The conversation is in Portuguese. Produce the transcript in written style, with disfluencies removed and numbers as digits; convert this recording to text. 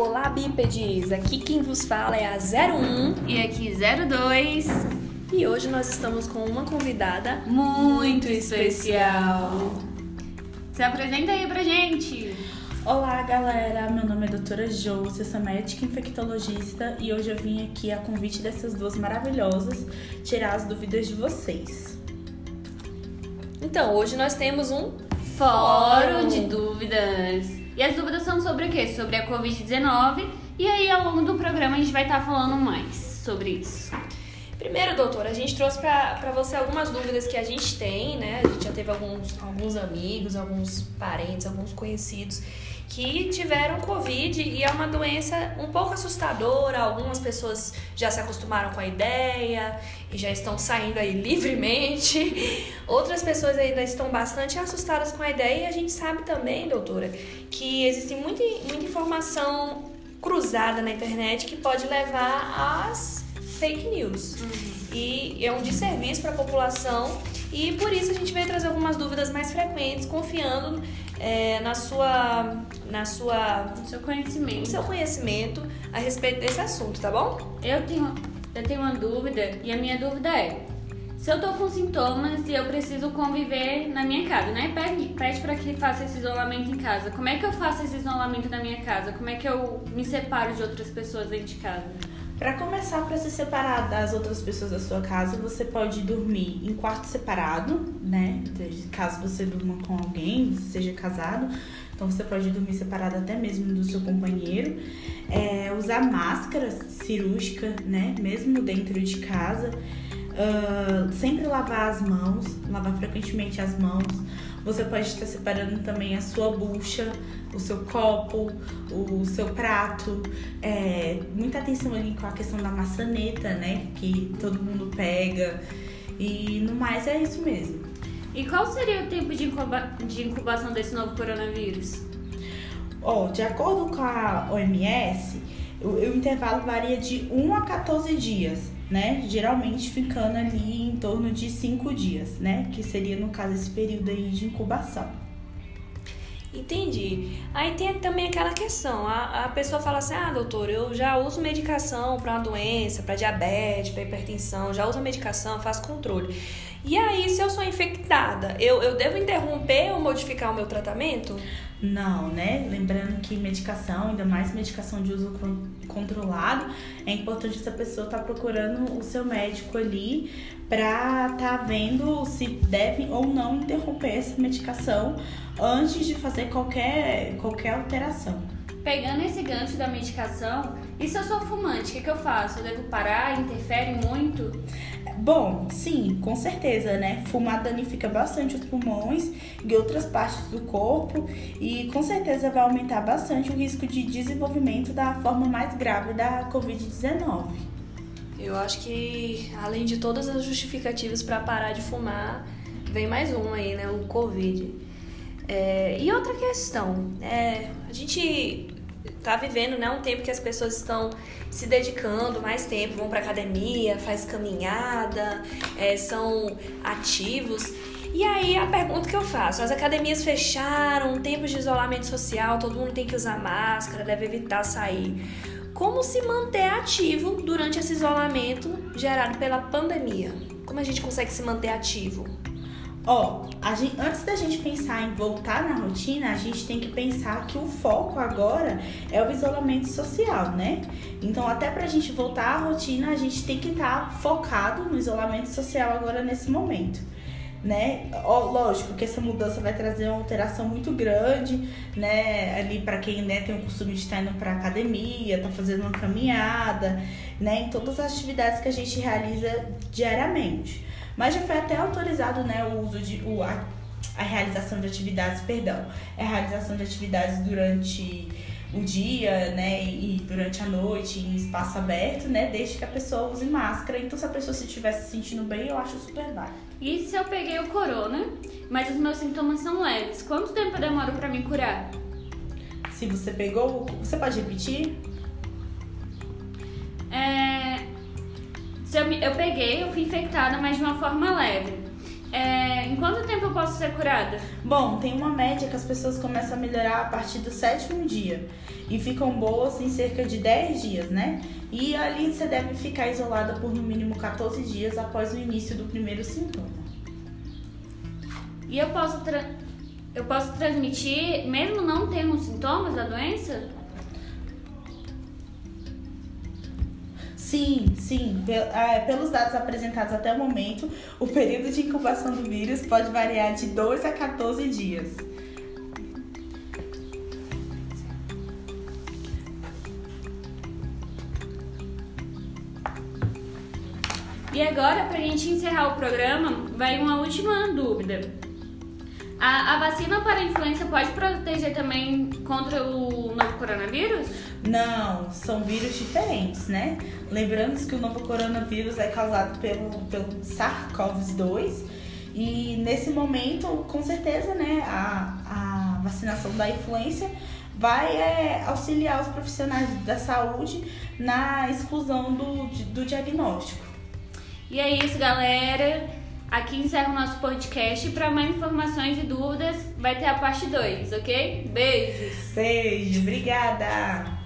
Olá, bípedes! Aqui quem vos fala é a 01 e aqui 02. E hoje nós estamos com uma convidada muito especial. Se apresenta aí pra gente! Olá, galera! Meu nome é doutora Josi, eu sou médica infectologista e hoje eu vim aqui a convite dessas duas maravilhosas tirar as dúvidas de vocês. Então, hoje nós temos um fórum de dúvidas. E as dúvidas são sobre o quê? Sobre a Covid-19. E aí, ao longo do programa, a gente vai estar falando mais sobre isso. Primeiro, doutora, a gente trouxe para você algumas dúvidas que a gente tem, né? A gente já teve alguns amigos, alguns parentes, alguns conhecidos que tiveram Covid e é uma doença um pouco assustadora. Algumas pessoas já se acostumaram com a ideia e já estão saindo aí livremente. Outras pessoas ainda estão bastante assustadas com a ideia e a gente sabe também, doutora, que existe muita informação cruzada na internet que pode levar às fake news. E é um desserviço para a população e por isso a gente veio trazer algumas dúvidas mais frequentes, confiando no seu conhecimento a respeito desse assunto, tá bom? Eu tenho uma dúvida e a minha dúvida é: se eu tô com sintomas e eu preciso conviver na minha casa, né? Pede para que faça esse isolamento em casa. Como é que eu faço esse isolamento na minha casa? Como é que eu me separo de outras pessoas dentro de casa? Para começar, para se separar das outras pessoas da sua casa, você pode dormir em quarto separado, né? Caso você durma com alguém, você seja casado, então você pode dormir separado até mesmo do seu companheiro. Usar máscara cirúrgica, né? Mesmo dentro de casa. Sempre lavar as mãos, lavar frequentemente as mãos. Você pode estar separando também a sua bucha, o seu copo, o seu prato. Muita atenção ali com a questão da maçaneta, né? Que todo mundo pega. E no mais é isso mesmo. E qual seria o tempo de incubação desse novo coronavírus? De acordo com a OMS, o intervalo varia de 1 a 14 dias. Né? Geralmente ficando ali em torno de 5 dias, né? Que seria, no caso, esse período aí de incubação. Entendi. Aí tem também aquela questão, a pessoa fala assim, doutor, eu já uso medicação para uma doença, para diabetes, para hipertensão, já uso a medicação, faço controle. E aí, se eu sou infectada, eu devo interromper ou modificar o meu tratamento? Não, né? Lembrando que medicação, ainda mais medicação de uso controlado, é importante essa pessoa estar procurando o seu médico ali para estar vendo se deve ou não interromper essa medicação antes de fazer qualquer alteração. Pegando esse gancho da medicação, e se eu sou fumante, o que eu faço? Eu devo parar? Interfere muito? Bom, sim, com certeza, né? Fumar danifica bastante os pulmões e outras partes do corpo e com certeza vai aumentar bastante o risco de desenvolvimento da forma mais grave da Covid-19. Eu acho que, além de todas as justificativas para parar de fumar, vem mais uma aí, né? O Covid. E outra questão, a gente tá vivendo, né, um tempo que as pessoas estão se dedicando mais tempo, vão pra academia, faz caminhada, são ativos. E aí a pergunta que eu faço, as academias fecharam, tempos de isolamento social, todo mundo tem que usar máscara, deve evitar sair. Como se manter ativo durante esse isolamento gerado pela pandemia? Como a gente consegue se manter ativo? Antes da gente pensar em voltar na rotina, a gente tem que pensar que o foco agora é o isolamento social, né? Então, até pra gente voltar à rotina, a gente tem que estar focado no isolamento social agora nesse momento, né? Lógico que essa mudança vai trazer uma alteração muito grande, né? Ali para quem, né, tem o costume de estar indo pra academia, tá fazendo uma caminhada, né? Em todas as atividades que a gente realiza diariamente. Mas já foi até autorizado, né, a realização de atividades, a realização de atividades durante o dia, né, e durante a noite em espaço aberto, né, desde que a pessoa use máscara. Então, se a pessoa se estiver se sentindo bem, eu acho super válido. E se eu peguei o corona, mas os meus sintomas são leves, quanto tempo eu demoro pra me curar? Se você pegou, você pode repetir? Eu fui infectada, mas de uma forma leve. em quanto tempo eu posso ser curada? Bom, tem uma média que as pessoas começam a melhorar a partir do 7º dia e ficam boas em cerca de 10 dias, né? E ali você deve ficar isolada por no mínimo 14 dias após o início do primeiro sintoma. E eu posso transmitir mesmo não tendo sintomas da doença? Sim. Pelos dados apresentados até o momento, o período de incubação do vírus pode variar de 2 a 14 dias. E agora, pra gente encerrar o programa, vai uma última dúvida. A vacina para a influenza pode proteger também contra o novo coronavírus? Não, são vírus diferentes, né? Lembrando que o novo coronavírus é causado pelo SARS-CoV-2 e nesse momento, com certeza, né, a vacinação da influenza vai auxiliar os profissionais da saúde na exclusão do diagnóstico. E é isso, galera. Aqui encerra o nosso podcast. Para mais informações e dúvidas, vai ter a parte 2, ok? Beijos! Beijo, obrigada!